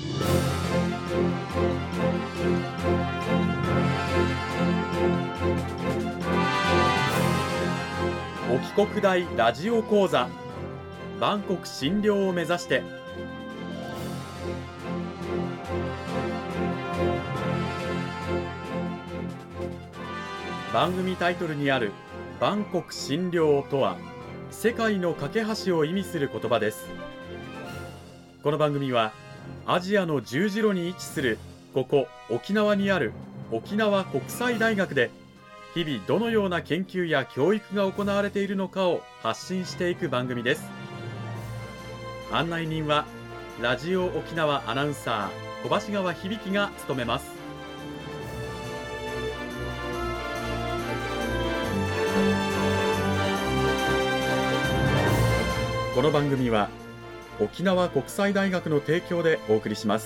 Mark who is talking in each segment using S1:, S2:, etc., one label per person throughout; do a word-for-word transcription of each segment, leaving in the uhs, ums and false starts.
S1: 沖国大ラジオ講座、万国診療を目指して。番組タイトルにある万国診療とは、世界の架け橋を意味する言葉です。この番組はアジアの十字路に位置するここ沖縄にある沖縄国際大学で、日々どのような研究や教育が行われているのかを発信していく番組です。案内人はラジオ沖縄アナウンサー小橋川響が務めます。この番組は沖縄国際大学の提供でお送りします。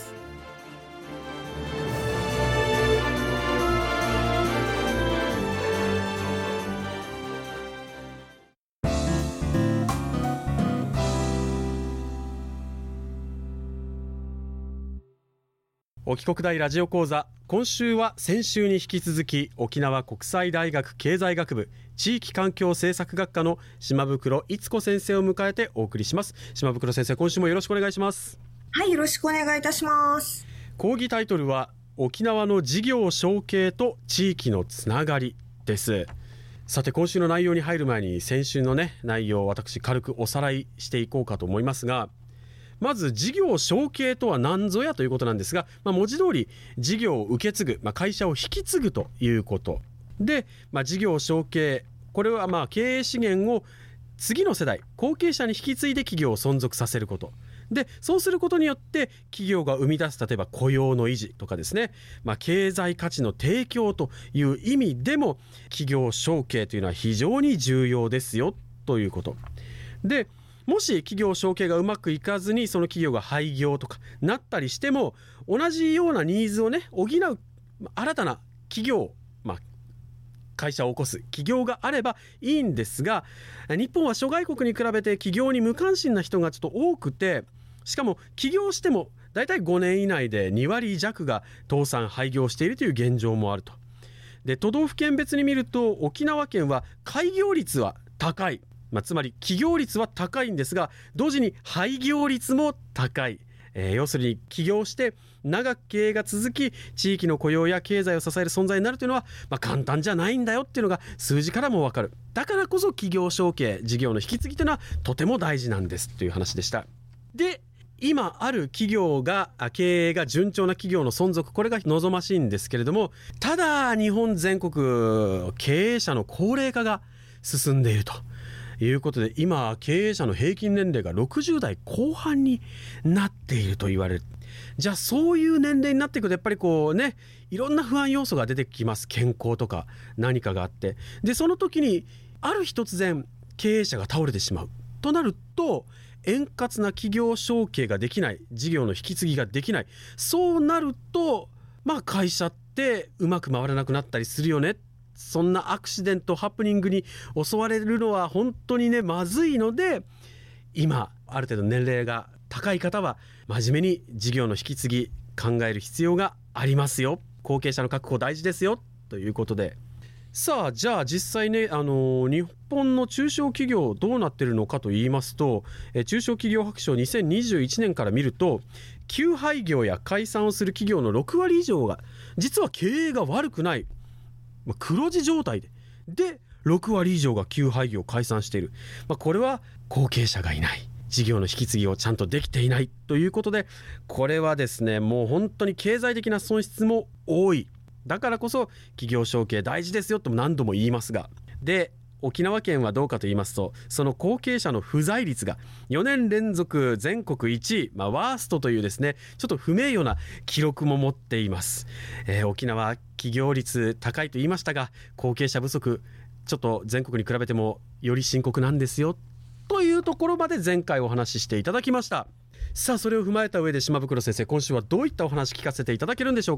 S1: 沖国大ラジオ講座、今週は先週に引き続き沖縄国際大学経済学部地域環境政策学科の島袋逸子先生を迎えてお送りします。島袋先生、今週もよろしくお願いします。
S2: はい、よろしくお願いいたします。
S1: 講義タイトルは沖縄の事業承継と地域のつながりです。さて、今週の内容に入る前に先週のね内容を私軽くおさらいしていこうかと思いますが、まず事業承継とは何ぞやということなんですが、まあ、文字通り事業を受け継ぐ、まあ、会社を引き継ぐということで、まあ、事業承継、これはまあ経営資源を次の世代後継者に引き継いで企業を存続させることで、そうすることによって企業が生み出す例えば雇用の維持とかですね、まあ、経済価値の提供という意味でも企業承継というのは非常に重要ですよということで、もし企業承継がうまくいかずにその企業が廃業とかなったりしても、同じようなニーズをね補う新たな企業、まあ、会社を起こす企業があればいいんですが、日本は諸外国に比べて企業に無関心な人がちょっと多くて、しかも起業してもだいたいごねん以内でにわり弱が倒産廃業しているという現状もあると。で、都道府県別に見ると沖縄県は開業率は高い、まあ、つまり起業率は高いんですが、同時に廃業率も高い、えー、要するに起業して長く経営が続き地域の雇用や経済を支える存在になるというのは、まあ、簡単じゃないんだよっていうのが数字からも分かる。だからこそ企業承継、事業の引き継ぎというのはとても大事なんですという話でした。で、今ある企業が経営が順調な企業の存続、これが望ましいんですけれども、ただ日本全国経営者の高齢化が進んでいるということで、今経営者の平均年齢がろくじゅう代後半になっていると言われる。じゃあそういう年齢になっていくとやっぱりこうね、いろんな不安要素が出てきます。健康とか何かがあって、でその時にある日突然経営者が倒れてしまうとなると、円滑な企業承継ができない、事業の引き継ぎができない、そうなるとまあ会社ってうまく回らなくなったりするよね。そんなアクシデントハプニングに襲われるのは本当にねまずいので、今ある程度年齢が高い方は真面目に事業の引き継ぎ考える必要がありますよ。後継者の確保大事ですよということで、さあじゃあ実際ね、あの日本の中小企業どうなってるのかと言いますと、え中小企業白書にせんにじゅういちねんから見ると、休廃業や解散をする企業のろくわり以上が実は経営が悪くない、黒字状態ででろくわり以上が休廃業を解散している、まあ、これは後継者がいない、事業の引き継ぎをちゃんとできていないということで、これはですねもう本当に経済的な損失も多い。だからこそ企業承継大事ですよとも何度も言いますが、で沖縄県はどうかと言いますと、その後継者の不在率がよねん連続全国いちい、まあ、ワーストというですねちょっと不名誉な記録も持っています。えー、沖縄起業率高いと言いましたが、後継者不足ちょっと全国に比べてもより深刻なんですよというところまで前回お話ししていただきました。さあそれを踏まえた上で島袋先生、今週はどういったお話聞かせていただけるんでしょうか。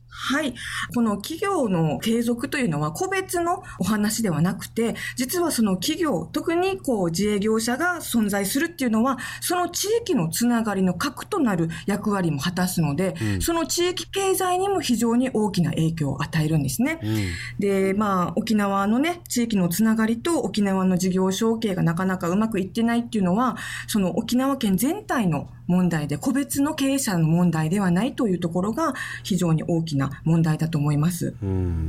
S2: はい。この企業の継続というのは個別のお話ではなくて、実はその企業、特にこう自営業者が存在するっていうのは、その地域のつながりの核となる役割も果たすので、うん、その地域経済にも非常に大きな影響を与えるんですね。うん、で、まあ、沖縄のね、地域のつながりと沖縄の事業承継がなかなかうまくいってないっていうのは、その沖縄県全体の問題で、個別の経営者の問題ではないというところが非常に大きな問題だと思います。
S1: うん、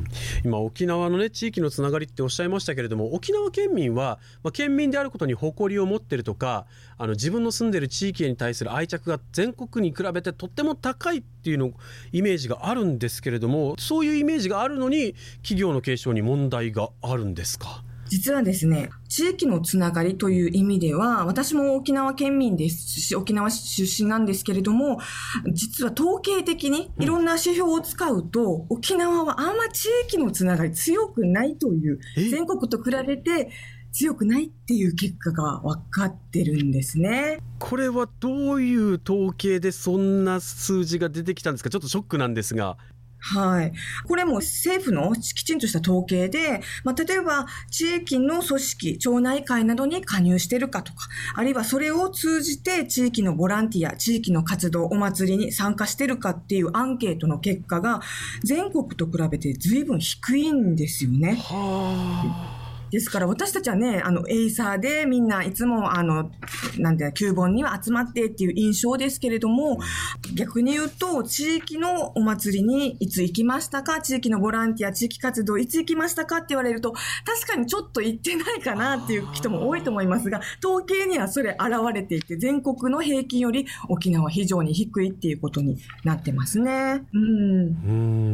S1: 今沖縄のね地域のつながりっておっしゃいましたけれども、沖縄県民は、まあ、県民であることに誇りを持っているとか、あの自分の住んでいる地域に対する愛着が全国に比べてとっても高いっていうのイメージがあるんですけれども、そういうイメージがあるのに企業の継承に問題があるんですか？
S2: 実はですね、地域のつながりという意味では、私も沖縄県民ですし、沖縄出身なんですけれども、実は統計的にいろんな指標を使うと、うん、沖縄はあんま地域のつながり強くないという、全国と比べて強くないっていう結果が分かってるんですね。
S1: これはどういう統計でそんな数字が出てきたんですか？ちょっとショックなんですが。
S2: はい。これも政府のきちんとした統計で、まあ、例えば地域の組織、町内会などに加入しているかとか、あるいはそれを通じて地域のボランティア、地域の活動、お祭りに参加しているかっていうアンケートの結果が全国と比べて随分低いんですよね。はあ。ですから私たちはね、あの、エイサーでみんないつもあの、なんていう旧盆には集まってっていう印象ですけれども、逆に言うと、地域のお祭りにいつ行きましたか、地域のボランティア、地域活動いつ行きましたかって言われると、確かにちょっと行ってないかなっていう人も多いと思いますが、統計にはそれ現れていて、全国の平均より沖縄は非常に低いっていうことになってますね。うん。
S1: うん。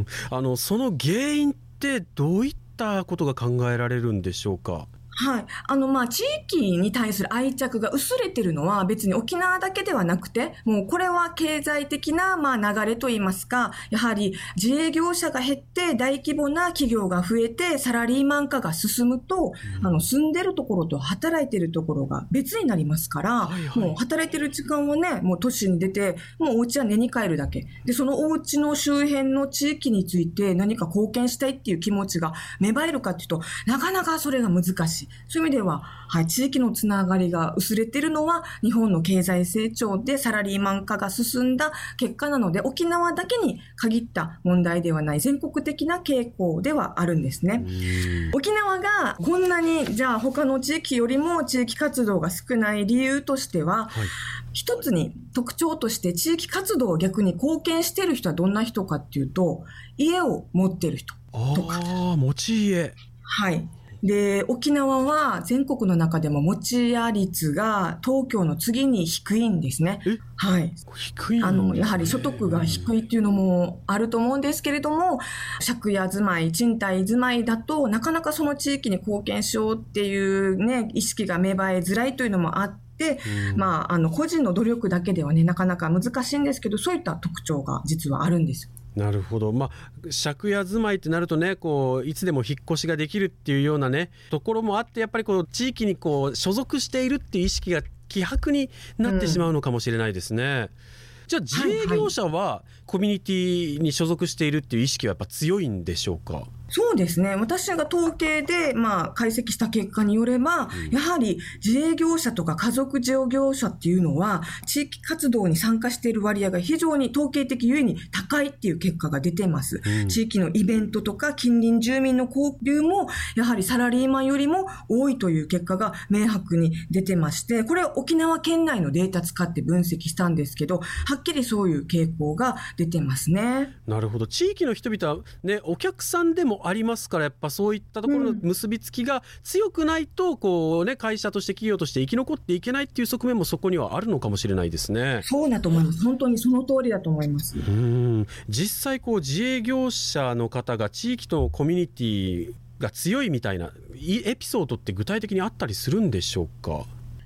S1: あの、その原因ってどういったったことが考えられるんでしょうか？
S2: はい。あの、まあ、地域に対する愛着が薄れてるのは別に沖縄だけではなくて、もうこれは経済的な、まあ、流れといいますか、やはり自営業者が減って大規模な企業が増えてサラリーマン化が進むと、うん、あの、住んでるところと働いてるところが別になりますから、はいはい、もう働いてる時間はね、もう都市に出て、もうお家は寝に帰るだけ。で、そのお家の周辺の地域について何か貢献したいっていう気持ちが芽生えるかっていうと、なかなかそれが難しい。そういう意味では、はい、地域のつながりが薄れているのは日本の経済成長でサラリーマン化が進んだ結果なので、沖縄だけに限った問題ではない全国的な傾向ではあるんですね。沖縄がこんなにじゃあ他の地域よりも地域活動が少ない理由としては、はい、一つに特徴として地域活動を逆に貢献している人はどんな人かっていうと、家を持っている人とか。
S1: ああ、持ち家。
S2: はい。で、沖縄は全国の中でも持ち家率が東京の次に低いんですね。はい。
S1: 低い、
S2: あの、やはり所得が低いっていうのもあると思うんですけれども、借家住まい、賃貸住まいだとなかなかその地域に貢献しようっていうね、意識が芽生えづらいというのもあって、で、まあ、あの、個人の努力だけではね、なかなか難しいんですけど、そういった特徴が実はあるんです。
S1: なるほど。まあ、借家住まいってなるとね、こういつでも引っ越しができるっていうようなねところもあって、やっぱりこう地域にこう所属しているっていう意識が希薄になってしまうのかもしれないですね。うん、じゃあ自営業者はコミュニティに所属しているっていう意識はやっぱ強いんでしょうか？
S2: そうですね。私が統計で、まあ、解析した結果によれば、うん、やはり自営業者とか家族事業者っていうのは、地域活動に参加している割合が非常に統計的ゆえに高いっていう結果が出てます。うん、地域のイベントとか近隣住民の交流も、やはりサラリーマンよりも多いという結果が明白に出てまして、これは沖縄県内のデータ使って分析したんですけど、はっきりそういう傾向が出てますね。
S1: なるほど。地域の人々はね、お客さんでもありますから、やっぱそういったところの結びつきが強くないと、こうね、会社として企業として生き残っていけないっていう側面もそこにはあるのかもしれないですね。
S2: そうだと思います。本当にその通りだと思います。
S1: うーん、実際こう自営業者の方が地域とコミュニティが強いみたいなエピソードって具体的にあったりするんでしょうか？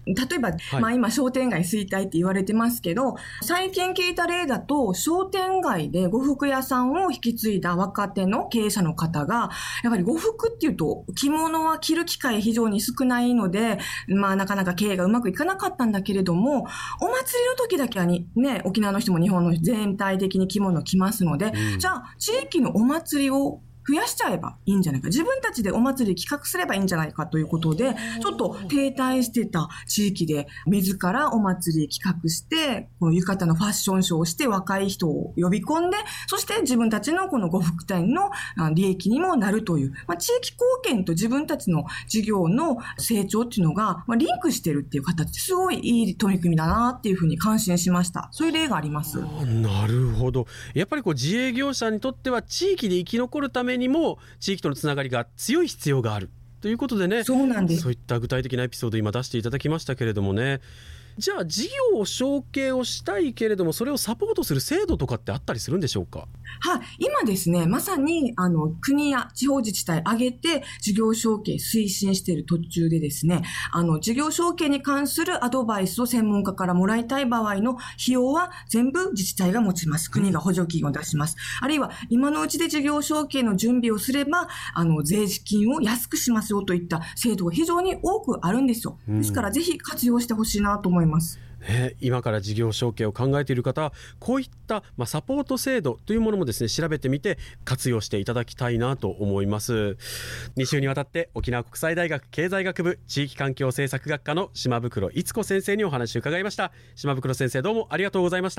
S2: 例えば、
S1: はい、
S2: まあ今商店街衰退って言われてますけど、最近聞いた例だと、商店街で呉服屋さんを引き継いだ若手の経営者の方が、やはり呉服っていうと着物は着る機会非常に少ないので、まあなかなか経営がうまくいかなかったんだけれども、お祭りの時だけはにね、沖縄の人も日本の人全体的に着物着ますので、うん、じゃあ地域のお祭りを増やしちゃえばいいんじゃないか。自分たちでお祭り企画すればいいんじゃないかということで、ちょっと停滞してた地域で自らお祭り企画して、この浴衣のファッションショーをして若い人を呼び込んで、そして自分たちのこの呉服店の利益にもなるという、まあ、地域貢献と自分たちの事業の成長っていうのが、まあ、リンクしてるっていう形、すごいいい取り組みだなっていうふうに感心しました。そういう例があります。
S1: なるほど。やっぱりこう自営業者にとっては地域で生き残るためにも地域とのつながりが強い必要があるということでね、
S2: そうなんです。
S1: そういった具体的なエピソード今出していただきましたけれどもね、じゃあ事業を承継をしたいけれどもそれをサポートする制度とかってあったりするんでしょうか？
S2: はい、今ですね、まさにあの国や地方自治体挙げて事業承継推進している途中でですね、あの事業承継に関するアドバイスを専門家からもらいたい場合の費用は全部自治体が持ちます。国が補助金を出します。あるいは今のうちで事業承継の準備をすればあの税金を安くしますよといった制度が非常に多くあるんですよ。ですからぜひ活用してほしいなと思います。
S1: ね、今から事業承継を考えている方はこういった、まあ、サポート制度というものもですね調べてみて活用していただきたいなと思います。に週にわたって沖縄国際大学経済学部地域環境政策学科の島袋逸子先生にお話を伺いました。島袋先生どうもありがとうございました。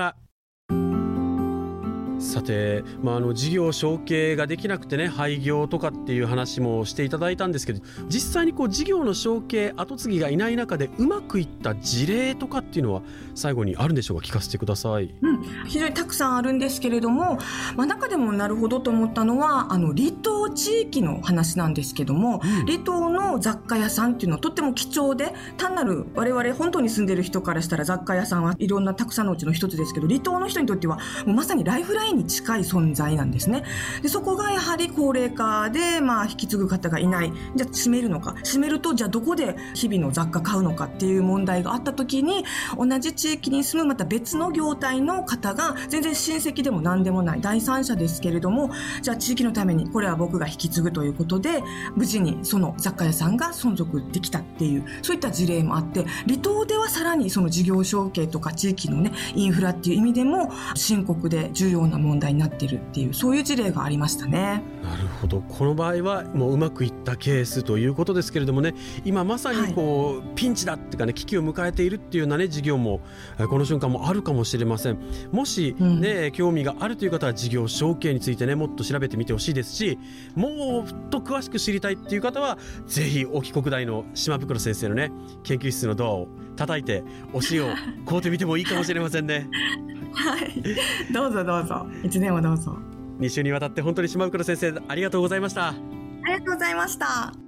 S1: さて、まあ、あの事業承継ができなくてね廃業とかっていう話もしていただいたんですけど、実際にこう事業の承継後継ぎがいない中でうまくいった事例とかっていうのは最後にあるんでしょうか？聞かせてください。
S2: うん、非常にたくさんあるんですけれども、まあ、中でもなるほどと思ったのはあの離島地域の話なんですけども、うん、離島の雑貨屋さんっていうのはとっても貴重で、単なる我々本当に住んでる人からしたら雑貨屋さんはいろんなたくさんのうちの一つですけど、離島の人にとってはもうまさにライフラインに近い存在なんですね。でそこがやはり高齢化で、まあ、引き継ぐ方がいない。じゃあ閉めるのか、閉めるとじゃあどこで日々の雑貨買うのかっていう問題があった時に、同じ地域に住むまた別の業態の方が全然親戚でも何でもない第三者ですけれども、じゃあ地域のためにこれは僕が引き継ぐということで無事にその雑貨屋さんが存続できたっていう、そういった事例もあって、離島ではさらにその事業承継とか地域のねインフラっていう意味でも深刻で重要な問題になっているっていう、そういう事例がありましたね。
S1: なるほど。この場合はもううまくいったケースということですけれどもね、今まさにこう、はい、ピンチだっていうかね危機を迎えているっていうようなね事業もこの瞬間もあるかもしれません。もしね、うん、興味があるという方は事業承継についてねもっと調べてみてほしいですし、もっと詳しく知りたいっていう方はぜひ沖国大の島袋先生のね研究室のドアを叩いて教えを買うてみてもいいかもしれませんね。
S2: はい、どうぞどうぞ、いつでもどうぞ。
S1: に週にわたって本当に島袋先生ありがとうございました。
S2: ありがとうございました。